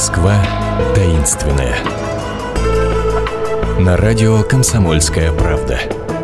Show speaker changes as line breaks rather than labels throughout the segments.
Москва таинственная. На радио «Комсомольская правда».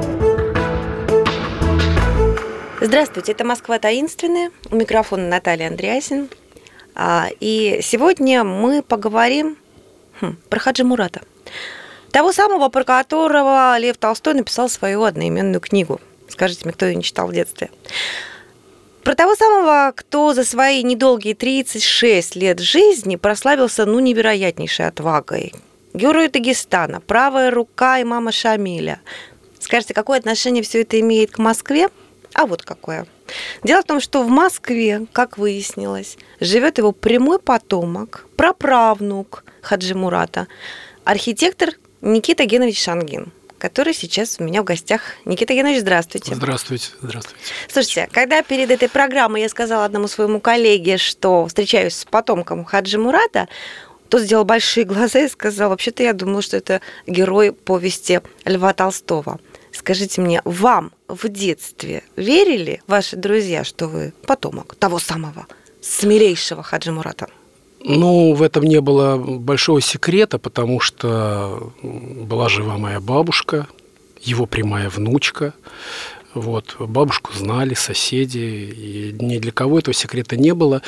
Здравствуйте, это «Москва таинственная». У микрофона Наталья Андреасин. И сегодня мы поговорим про Хаджи Мурата. Того самого, про которого Лев Толстой написал свою одноименную книгу. Скажите мне, кто ее не читал в детстве? Про того самого, кто за свои недолгие 36 лет жизни прославился невероятнейшей отвагой. Герой Дагестана, правая рука имама Шамиля. Скажите, какое отношение все это имеет к Москве? А вот какое. Дело в том, что в Москве, как выяснилось, живет его прямой потомок, праправнук Хаджи Мурата, архитектор Никита Генович Шангин, который сейчас у меня в гостях. Никита Генович, здравствуйте.
Здравствуйте.
Слушайте, когда перед этой программой я сказала одному своему коллеге, что встречаюсь с потомком Хаджи Мурата, тот сделал большие глаза и сказал: вообще-то я думала, что это герой повести Льва Толстого. Скажите мне, вам в детстве верили ваши друзья, что вы потомок того самого смелейшего Хаджи Мурата?
В этом не было большого секрета, потому что была жива моя бабушка, его прямая внучка. Бабушку знали соседи, и ни для кого этого секрета не было.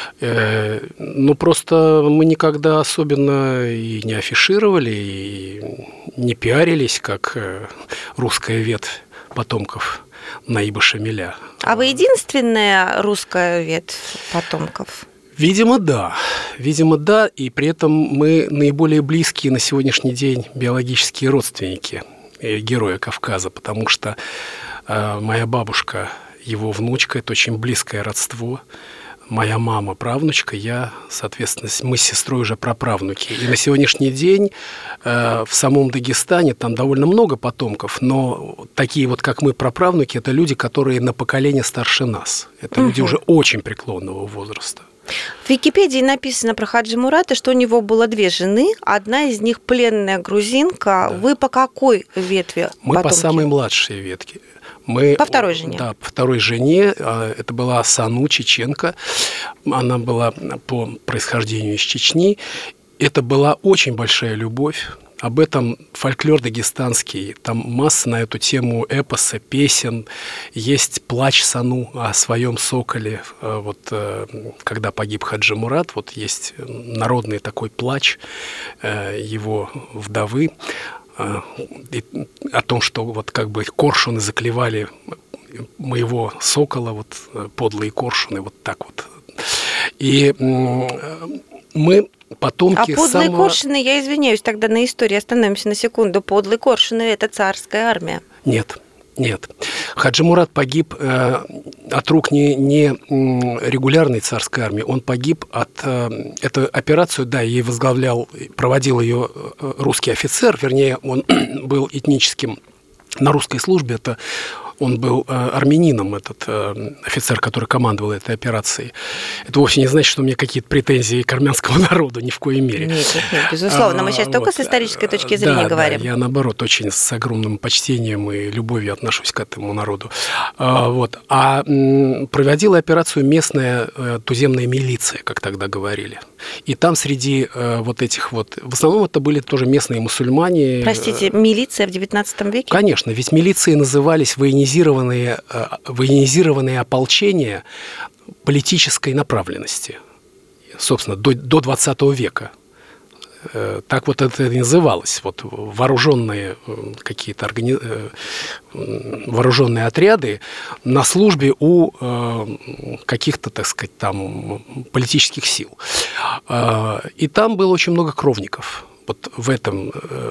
Просто мы никогда особенно и не афишировали, и не пиарились, как русская ветвь потомков Наиба Шамиля.
А вы единственная русская ветвь потомков?
Видимо, да, и при этом мы наиболее близкие на сегодняшний день биологические родственники героя Кавказа, потому что моя бабушка, его внучка, это очень близкое родство. Моя мама правнучка, я, соответственно, мы с сестрой уже праправнуки. И на сегодняшний день в самом Дагестане там довольно много потомков, но такие как мы, праправнуки, это люди, которые на поколение старше нас. Это люди уже очень преклонного возраста.
В Википедии написано про Хаджи Мурата, что у него было 2 жены, одна из них пленная грузинка. Да. Вы по какой ветви
Мы
потомки?
По самой младшей ветке.
По второй жене?
Да, по второй жене. Это была Сану, чеченка. Она была по происхождению из Чечни. Это была очень большая любовь. Об этом фольклор дагестанский. Там масса на эту тему эпоса, песен. Есть плач Сану о своем соколе. Когда погиб Хаджи Мурат, есть народный такой плач его вдовы. О том, что коршуны заклевали моего сокола, подлые коршуны, так. И мы потомки
А подлые коршуны, я извиняюсь, тогда на истории остановимся на секунду. Подлые коршуны – это царская армия?
Нет. Хаджи Мурат погиб от рук не регулярной царской армии, он погиб от... Эту операцию, ей проводил ее русский офицер, вернее, он был этническим на русской службе, он был армянином, этот офицер, который командовал этой операцией. Это вовсе не значит, что у меня какие-то претензии к армянскому народу, ни в коей мере.
Нет, безусловно. Мы сейчас только с исторической точки зрения говорим.
Да, я, наоборот, очень с огромным почтением и любовью отношусь к этому народу. А проводила операцию местная туземная милиция, как тогда говорили. И там среди этих в основном это были тоже местные мусульмане.
Простите, милиция в XIX веке?
Конечно, ведь милиции назывались военизированные ополчения политической направленности, собственно, до XX века. Так это и называлось. Вооруженные какие-то вооруженные отряды на службе у каких-то, политических сил. И там было очень много кровников. В этом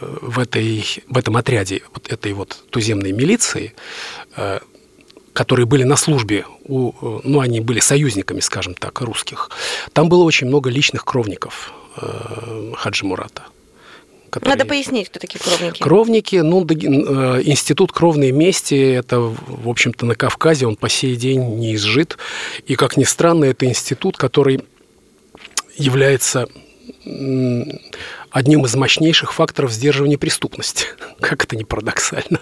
отряде этой туземной милиции, которые были на службе они были союзниками, скажем так, русских, там было очень много личных кровников Хаджи Мурата.
Надо пояснить, кто такие кровники.
Кровники, институт кровной мести, это, в общем-то, на Кавказе, он по сей день не изжит. И, как ни странно, это институт, который является одним из мощнейших факторов сдерживания преступности. Как это ни парадоксально.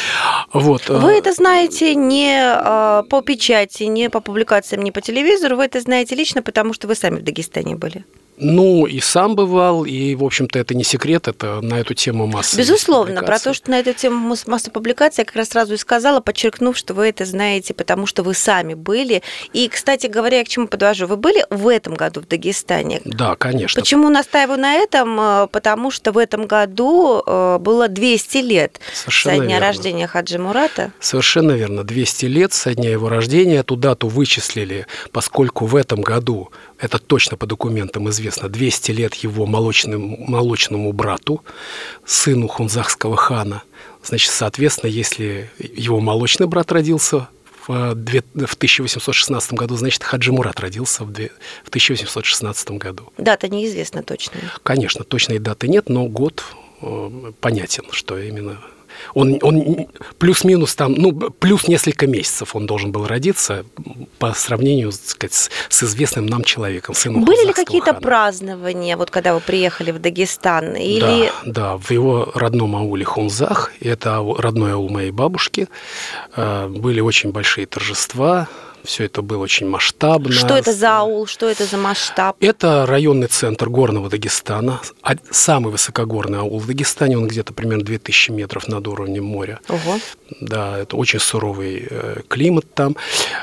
Вы это знаете не по печати, не по публикациям, не по телевизору, вы это знаете лично, потому что вы сами в Дагестане были.
Ну, и сам бывал, и, в общем-то, это не секрет, это на эту тему масса.
Безусловно, про то, что на эту тему масса публикаций, я как раз сразу и сказала, подчеркнув, что вы это знаете, потому что вы сами были. И, кстати говоря, я к чему подвожу, вы были в этом году в Дагестане?
Да, конечно.
Почему настаиваю на этом? Потому что в этом году было 200 лет
Совершенно
со дня
верно.
рождения Хаджи Мурата.
Совершенно верно. 200 лет со дня его рождения. Эту дату вычислили, поскольку в этом году, это точно по документам известно, 200 лет его молочному брату, сыну хунзахского хана. Значит, соответственно, если его молочный брат родился в 1816 году, значит, Хаджи Мурат родился в 1816 году.
Дата неизвестна точно.
Конечно, точной даты нет, но год понятен, что именно... Он плюс-минус там, ну, плюс несколько месяцев он должен был родиться по сравнению, так сказать, с известным нам человеком, сыном
Были ли
хунзахского
какие-то
хана.
празднования, вот когда вы приехали в Дагестан? Или...
Да, в его родном ауле Хунзах, это родной аул моей бабушки, были очень большие торжества. Все это было очень масштабно.
Что это за аул, что это за масштаб?
Это районный центр горного Дагестана. Самый высокогорный аул в Дагестане. Он где-то примерно 2000 метров над уровнем моря.
Ого.
Да, это очень суровый климат там.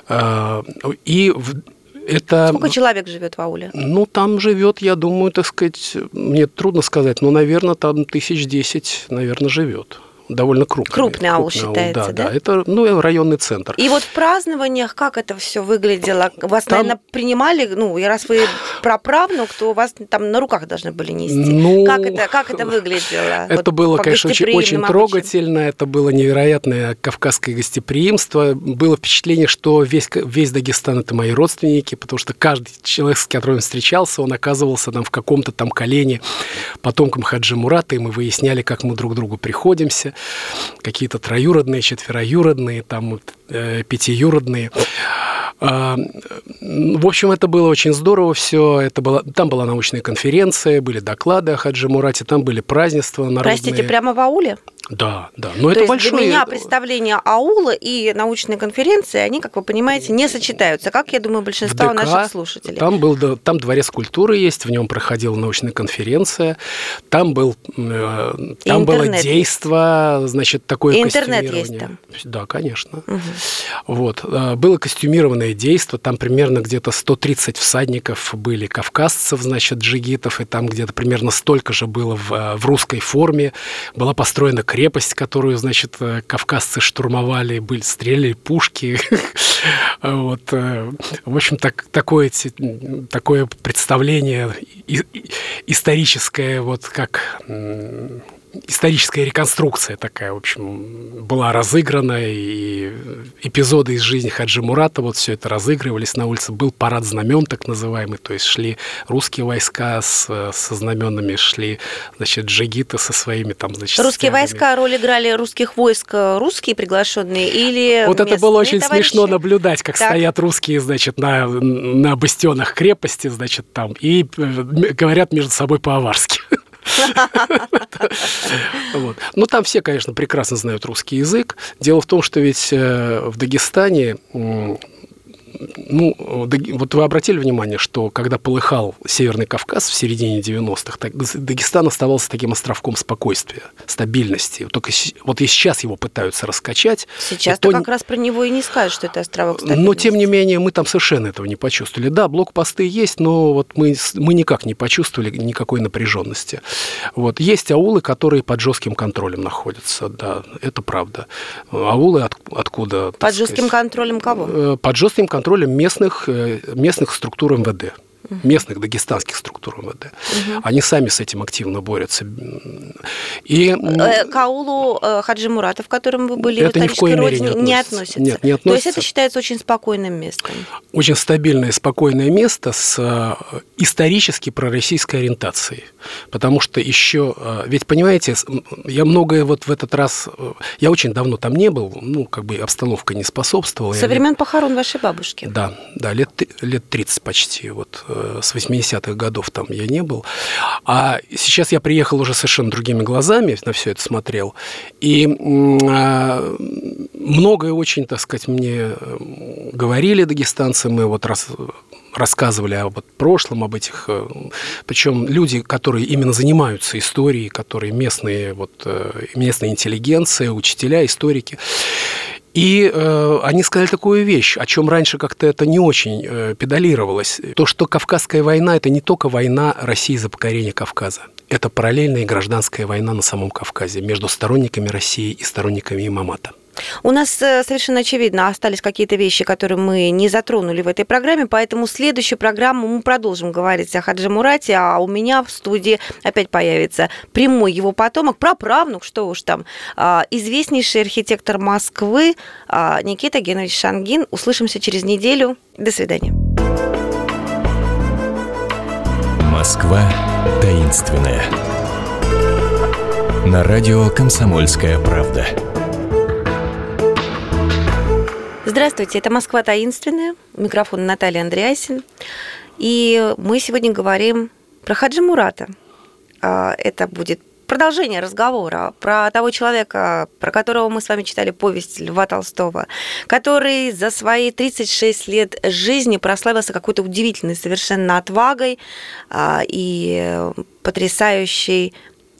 И это...
Сколько человек живет в ауле?
Ну, там живет, я думаю, так сказать, мне трудно сказать, но, наверное, там 1010, наверное, живет. Довольно крупный.
Крупный аул считается, да?
Да, это районный центр.
И вот в празднованиях как это все выглядело? Вас, наверное, принимали, и раз вы праправнук, то вас там на руках должны были нести. Как это выглядело?
Это было, конечно, очень трогательно, это было невероятное кавказское гостеприимство. Было впечатление, что весь Дагестан – это мои родственники, потому что каждый человек, с которым я встречался, он оказывался там в каком-то там колене потомком Хаджи Мурата, и мы выясняли, как мы друг к другу приходимся. Какие-то троюродные, четвероюродные, там, пятиюродные. В общем, это было очень здорово все. Там была научная конференция, были доклады о Хаджи Мурате, там были празднества народные.
Простите, прямо в ауле?
Да. Но
то
это
есть
большое...
для меня представление аула и научной конференции, они, как вы понимаете, не сочетаются, как, я думаю, большинство наших слушателей.
Там дворец культуры есть, в нем проходила научная конференция, там было действо, значит, такое
интернет
костюмирование.
Есть там?
Да, конечно.
Угу.
Вот. Было костюмированное действо, там примерно где-то 130 всадников были кавказцев, значит, джигитов, и там где-то примерно столько же было в русской форме. Была построена крепость, которую, значит, кавказцы штурмовали, стреляли пушки. Вот. В общем, такое представление историческое, вот как... Историческая реконструкция такая, в общем, была разыграна, и эпизоды из жизни Хаджи Мурата, вот все это разыгрывались на улице. Был парад знамен, так называемый, то есть шли русские войска со знаменами, шли, значит, джигиты со своими там, значит,
русские
стягами.
войска роль играли русских войск, русские приглашенные или
вот это было очень
товарищи?
Смешно наблюдать, как
так.
Стоят русские, значит, на бастионах крепости, значит, там, и говорят между собой по-аварски. Вот. Ну, там все, конечно, прекрасно знают русский язык. Дело в том, что ведь в Дагестане... вот вы обратили внимание, что когда полыхал Северный Кавказ в середине 90-х, Дагестан оставался таким островком спокойствия, стабильности. Только вот и сейчас его пытаются раскачать.
Сейчас-то как раз про него и не скажешь, что это островок стабильности.
Но, тем не менее, мы там совершенно этого не почувствовали. Да, блокпосты есть, но вот мы никак не почувствовали никакой напряженности. Вот. Есть аулы, которые под жестким контролем находятся, да, это правда. Аулы откуда?
Под жестким контролем кого?
Под жестким контролем местных структур МВД. Местных дагестанских структур МВД. Они сами с этим активно борются. И...
К аулу Хаджи Мурата, в котором вы были,
это
в
ни в коей мере
родине, не относится?
Нет, не относится.
То есть это считается очень спокойным местом?
Очень стабильное, спокойное место с исторически пророссийской ориентацией. Потому что еще... Ведь, понимаете, я многое вот в этот раз... Я очень давно там не был, обстановка не способствовала.
Со времен похорон вашей бабушки?
Да, лет 30 почти. Вот. с 80-х годов там я не был. А сейчас я приехал уже совершенно другими глазами, на все это смотрел. И многое очень, так сказать, мне говорили дагестанцы, мы вот рассказывали об прошлом, об этих... Причем люди, которые именно занимаются историей, которые местная интеллигенция, учителя, историки. И они сказали такую вещь, о чем раньше как-то это не очень педалировалось. То, что Кавказская война – это не только война России за покорение Кавказа. Это параллельная гражданская война на самом Кавказе между сторонниками России и сторонниками имамата.
У нас совершенно очевидно остались какие-то вещи, которые мы не затронули в этой программе, поэтому следующую программу мы продолжим говорить о Хаджи Мурате, а у меня в студии опять появится прямой его потомок, праправнук, что уж там, известнейший архитектор Москвы Никита Генович Шангин. Услышимся через неделю. До свидания.
Москва таинственная. На радио «Комсомольская правда».
Здравствуйте, это «Москва таинственная», у микрофона Наталья Андреасин, и мы сегодня говорим про Хаджи Мурата. Это будет продолжение разговора про того человека, про которого мы с вами читали повесть Льва Толстого, который за свои 36 лет жизни прославился какой-то удивительной совершенно отвагой и потрясающей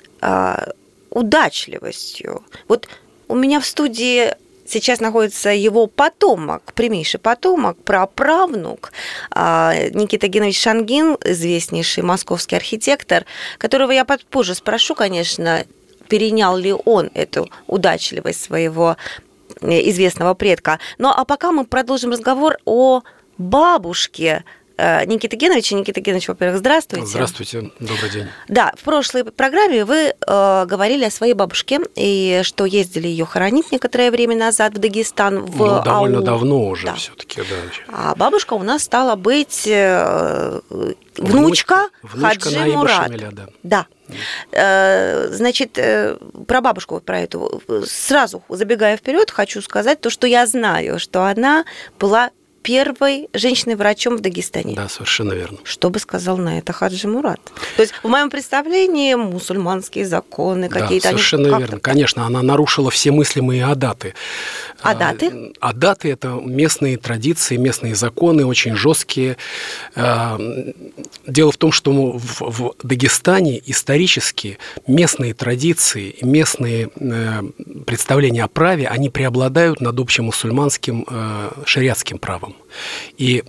удачливостью. Вот у меня в студии сейчас находится его потомок, прямейший потомок, праправнук Никита Генович Шангин, известнейший московский архитектор, которого я позже спрошу, конечно, перенял ли он эту удачливость своего известного предка. Ну а пока мы продолжим разговор о бабушке Никиты Геновича. Никита Генович, во-первых, здравствуйте.
Здравствуйте, добрый день.
Да, в прошлой программе вы говорили о своей бабушке, и что ездили ее хоронить некоторое время назад в Дагестан, в аул.
Довольно давно уже, да. Все-таки, да.
А бабушка у нас стала быть внучка Хаджи Мурата.
Шамиля,
да. Значит, про бабушку, вот про эту, сразу забегая вперед, хочу сказать то, что я знаю, что она была первой женщиной-врачом в Дагестане.
Да, совершенно верно.
Что бы сказал на это Хаджи Мурат? То есть, в моем представлении, мусульманские законы какие-то...
Да, совершенно верно. Конечно, она нарушила все мыслимые адаты.
Адаты?
Адаты – это местные традиции, местные законы, очень жесткие. Дело в том, что в Дагестане исторически местные традиции, местные представления о праве, они преобладают над общемусульманским шариатским правом. И,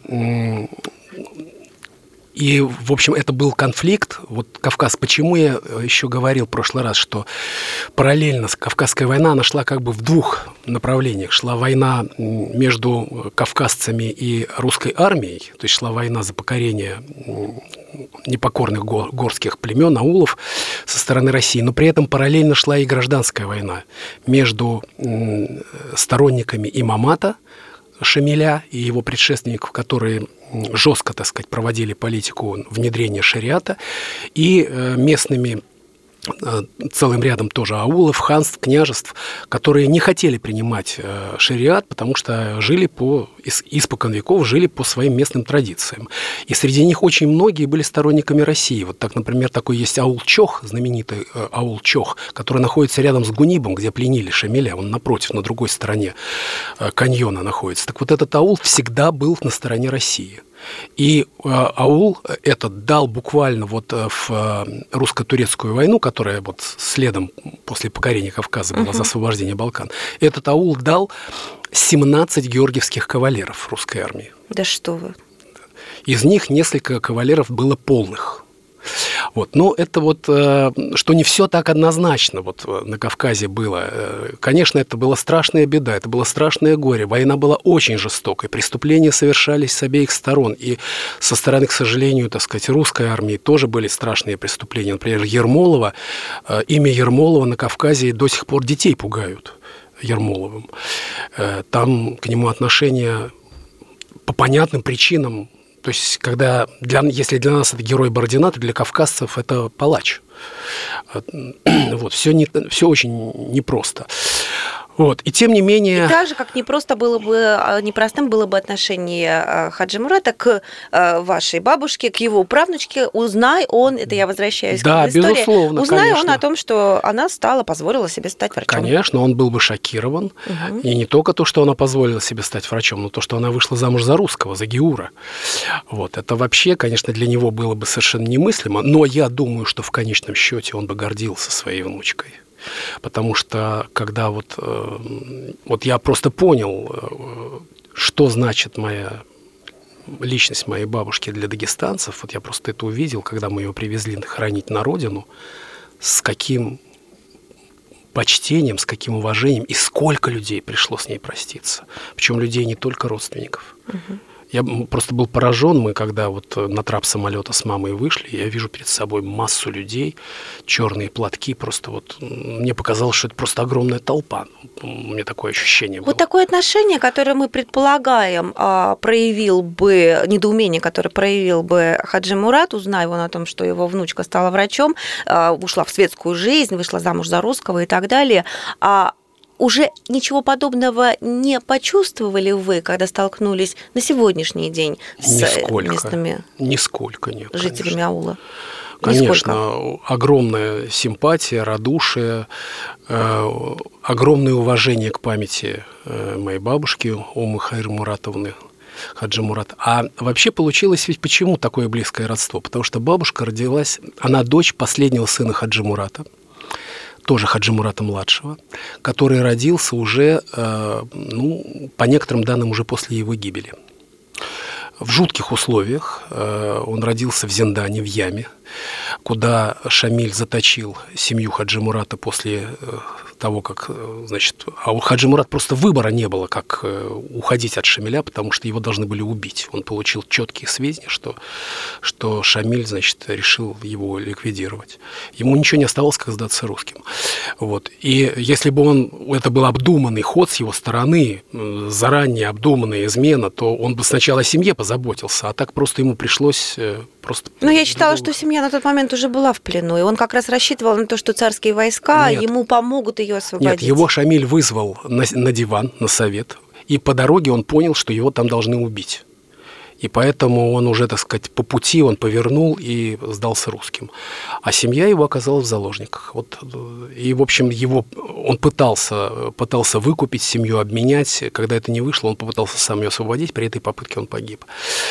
в общем, это был конфликт. Вот Кавказ. Почему я еще говорил в прошлый раз, что параллельно Кавказская война, она шла как бы в двух направлениях. Шла война между кавказцами и русской армией, то есть шла война за покорение непокорных горских племен, аулов со стороны России, но при этом параллельно шла и гражданская война между сторонниками имамата Шамиля и его предшественников, которые жестко, так сказать, проводили политику внедрения шариата, и местными целым рядом тоже аулов, ханств, княжеств, которые не хотели принимать шариат, потому что жили испокон веков жили по своим местным традициям. И среди них очень многие были сторонниками России. Вот так, например, такой есть аул Чох, знаменитый аул Чох, который находится рядом с Гунибом, где пленили Шамиля, он напротив, на другой стороне каньона находится. Так вот этот аул всегда был на стороне России. И аул этот дал буквально вот в русско-турецкую войну, которая вот следом после покорения Кавказа была за освобождение Балкан, этот аул дал 17 георгиевских кавалеров русской армии.
Да что вы.
Из них несколько кавалеров было полных. Вот. Но это вот, что не все так однозначно вот на Кавказе было. Конечно, это была страшная беда, это было страшное горе. Война была очень жестокой, преступления совершались с обеих сторон. И со стороны, к сожалению, так сказать, русской армии тоже были страшные преступления. Например, Ермолова, имя Ермолова на Кавказе до сих пор детей пугают Ермоловым. Там к нему отношение по понятным причинам. То есть, если для нас это герой Бородина, то для кавказцев это палач. Вот, все очень непросто. Вот. И тем не менее...
И так же, как непростым было бы отношение Хаджи Мурата к вашей бабушке, к его правнучке, узнай он, это я возвращаюсь к истории,
безусловно,
узнай
конечно.
он о том, что она позволила себе стать врачом.
Конечно, он был бы шокирован. И не только то, что она позволила себе стать врачом, но то, что она вышла замуж за русского, за Геура. Вот. Это вообще, конечно, для него было бы совершенно немыслимо, но я думаю, что в конечном счете он бы гордился своей внучкой. Потому что когда вот я просто понял, что значит личность моей бабушки для дагестанцев, вот я просто это увидел, когда мы ее привезли хоронить на родину, с каким почтением, с каким уважением и сколько людей пришло с ней проститься. Причем людей не только родственников. Я просто был поражен, мы когда вот на трап самолета с мамой вышли, я вижу перед собой массу людей, черные платки, просто вот мне показалось, что это просто огромная толпа. У меня такое ощущение было.
Вот такое отношение, которое мы предполагаем, проявил бы, недоумение, которое проявил бы Хаджи Мурат, узнав он о том, что его внучка стала врачом, ушла в светскую жизнь, вышла замуж за русского и так далее. Уже ничего подобного не почувствовали вы, когда столкнулись на сегодняшний день с местными
Нисколько нет,
жителями
конечно.
аула?
Конечно,
Нисколько.
Огромная симпатия, радушие, огромное уважение к памяти моей бабушки Умы Хайры Муратовны, Хаджи Мурат. А вообще получилось ведь почему такое близкое родство? Потому что бабушка родилась, она дочь последнего сына Хаджи Мурата, тоже Хаджи Мурата-младшего, который родился уже, по некоторым данным, уже после его гибели. В жутких условиях он родился в Зиндане, в яме, куда Шамиль заточил семью Хаджи Мурата после того, как, а у Хаджи Мурата просто выбора не было, как уходить от Шамиля, потому что его должны были убить. Он получил четкие сведения, что Шамиль, решил его ликвидировать. Ему ничего не оставалось, как сдаться русским. Вот. И если бы это был обдуманный ход с его стороны, заранее обдуманная измена, то он бы сначала о семье позаботился, а так просто ему пришлось просто...
Но я читала, что семья на тот момент уже была в плену, и он как раз рассчитывал на то, что царские войска ему помогут ее освободить.
Нет, его Шамиль вызвал на диван, на совет, и по дороге он понял, что его там должны убить. И поэтому он уже, по пути он повернул и сдался русским. А семья его оказалась в заложниках. И, в общем, он пытался выкупить семью, обменять. Когда это не вышло, он попытался сам ее освободить. При этой попытке он погиб.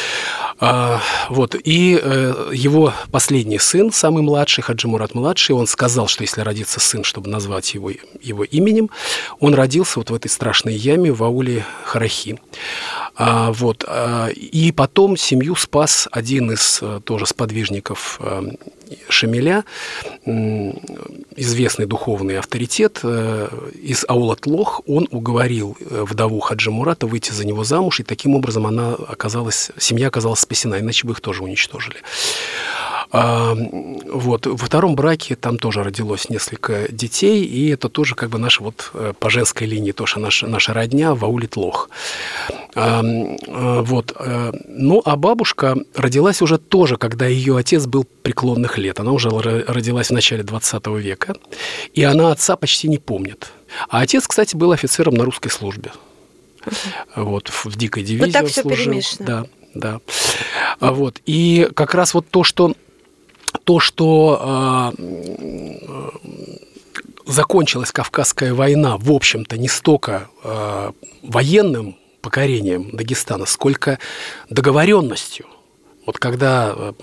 И его последний сын, самый младший, Хаджи Мурат-младший, он сказал, что если родится сын, чтобы назвать его именем, он родился в этой страшной яме в ауле Харахи. И потом семью спас один из тоже сподвижников Шамиля, известный духовный авторитет из аула Тлох. Он уговорил вдову Хаджи Мурата выйти за него замуж, и таким образом семья оказалась спасена, иначе бы их тоже уничтожили. Во втором браке там тоже родилось несколько детей, и это тоже наша по женской линии тоже наша родня в ауле Тлох. А бабушка родилась уже тоже, когда ее отец был преклонных лет. Она уже родилась в начале 20 века, и она отца почти не помнит. А отец, кстати, был офицером на русской службе. В дикой дивизии
так
он
все
служил.
перемешано.
Да. И как раз то, что закончилась Кавказская война, в общем-то, не столько военным покорением Дагестана, сколько договоренностью. Когда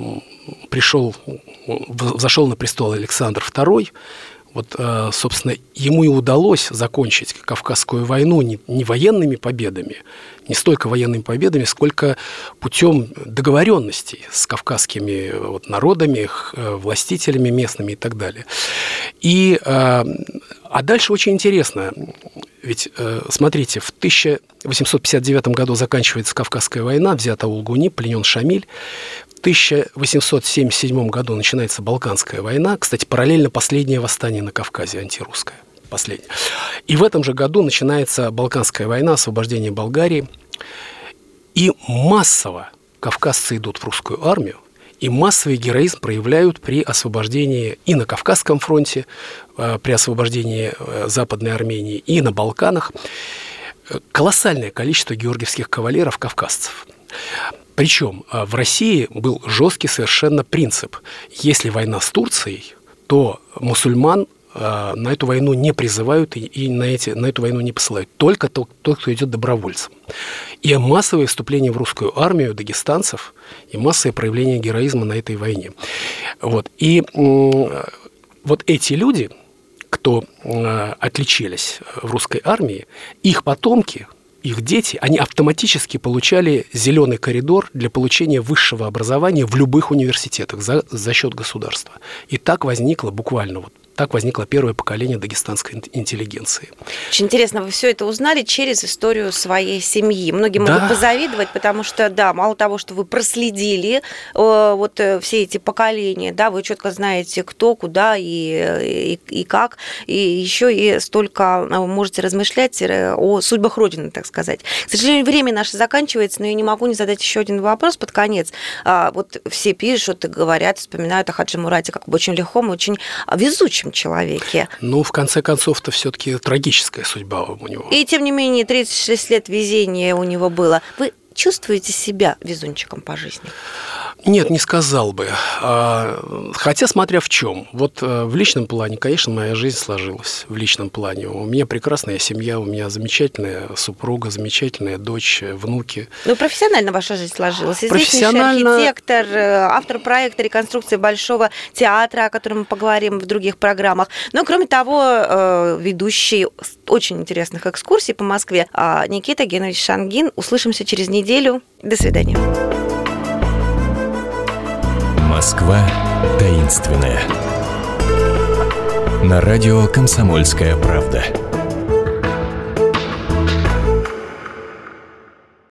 взошел на престол Александр II, собственно, ему и удалось закончить Кавказскую войну не военными победами, не столько военными победами, сколько путем договоренностей с кавказскими народами, властителями местными и так далее. А дальше очень интересно. Ведь, смотрите, в 1859 году заканчивается Кавказская война, взят Аул-Гуни, пленен Шамиль. В 1877 году начинается Балканская война. Кстати, параллельно последнее восстание на Кавказе, антирусское. Последнее. И в этом же году начинается Балканская война, освобождение Болгарии. И массово кавказцы идут в русскую армию, И массовый героизм проявляют при освобождении и на Кавказском фронте, при освобождении Западной Армении, и на Балканах. Колоссальное количество георгиевских кавалеров кавказцев. Причем в России был жесткий совершенно принцип. Если война с Турцией, то мусульман на эту войну не призывают и на эту войну не посылают. Только тот, кто идет добровольцем. И массовое вступление в русскую армию дагестанцев и массовое проявление героизма на этой войне. Вот. И вот эти люди, кто отличились в русской армии, их потомки, их дети, они автоматически получали зеленый коридор для получения высшего образования в любых университетах за счет государства. И так возникло буквально так возникло первое поколение дагестанской интеллигенции.
Очень интересно, вы все это узнали через историю своей семьи. Многие могут позавидовать, потому что, да, мало того, что вы проследили вот все эти поколения, да, вы четко знаете, кто, куда и как, и еще и столько можете размышлять о судьбах Родины, так сказать. К сожалению, время наше заканчивается, но я не могу не задать еще один вопрос под конец. Вот все пишут и говорят, вспоминают о Хаджи Мурате как об очень легком, очень везучем человеке.
Ну, в конце концов-то все-таки трагическая судьба у него.
И, тем не менее, 36 лет везения у него было. Вы чувствуете себя везунчиком по жизни?
Нет, не сказал бы. Хотя смотря в чем. Вот в личном плане, конечно, моя жизнь сложилась в личном плане. У меня прекрасная семья, у меня замечательная супруга, замечательная дочь, внуки.
Ну, профессионально ваша жизнь сложилась. Известнейший архитектор, автор проекта реконструкции Большого театра, о котором мы поговорим в других программах. Но, кроме того, ведущий очень интересных экскурсий по Москве Никита Генович Шангин. Услышимся через неделю. До свидания.
Москва таинственная. На радио «Комсомольская правда».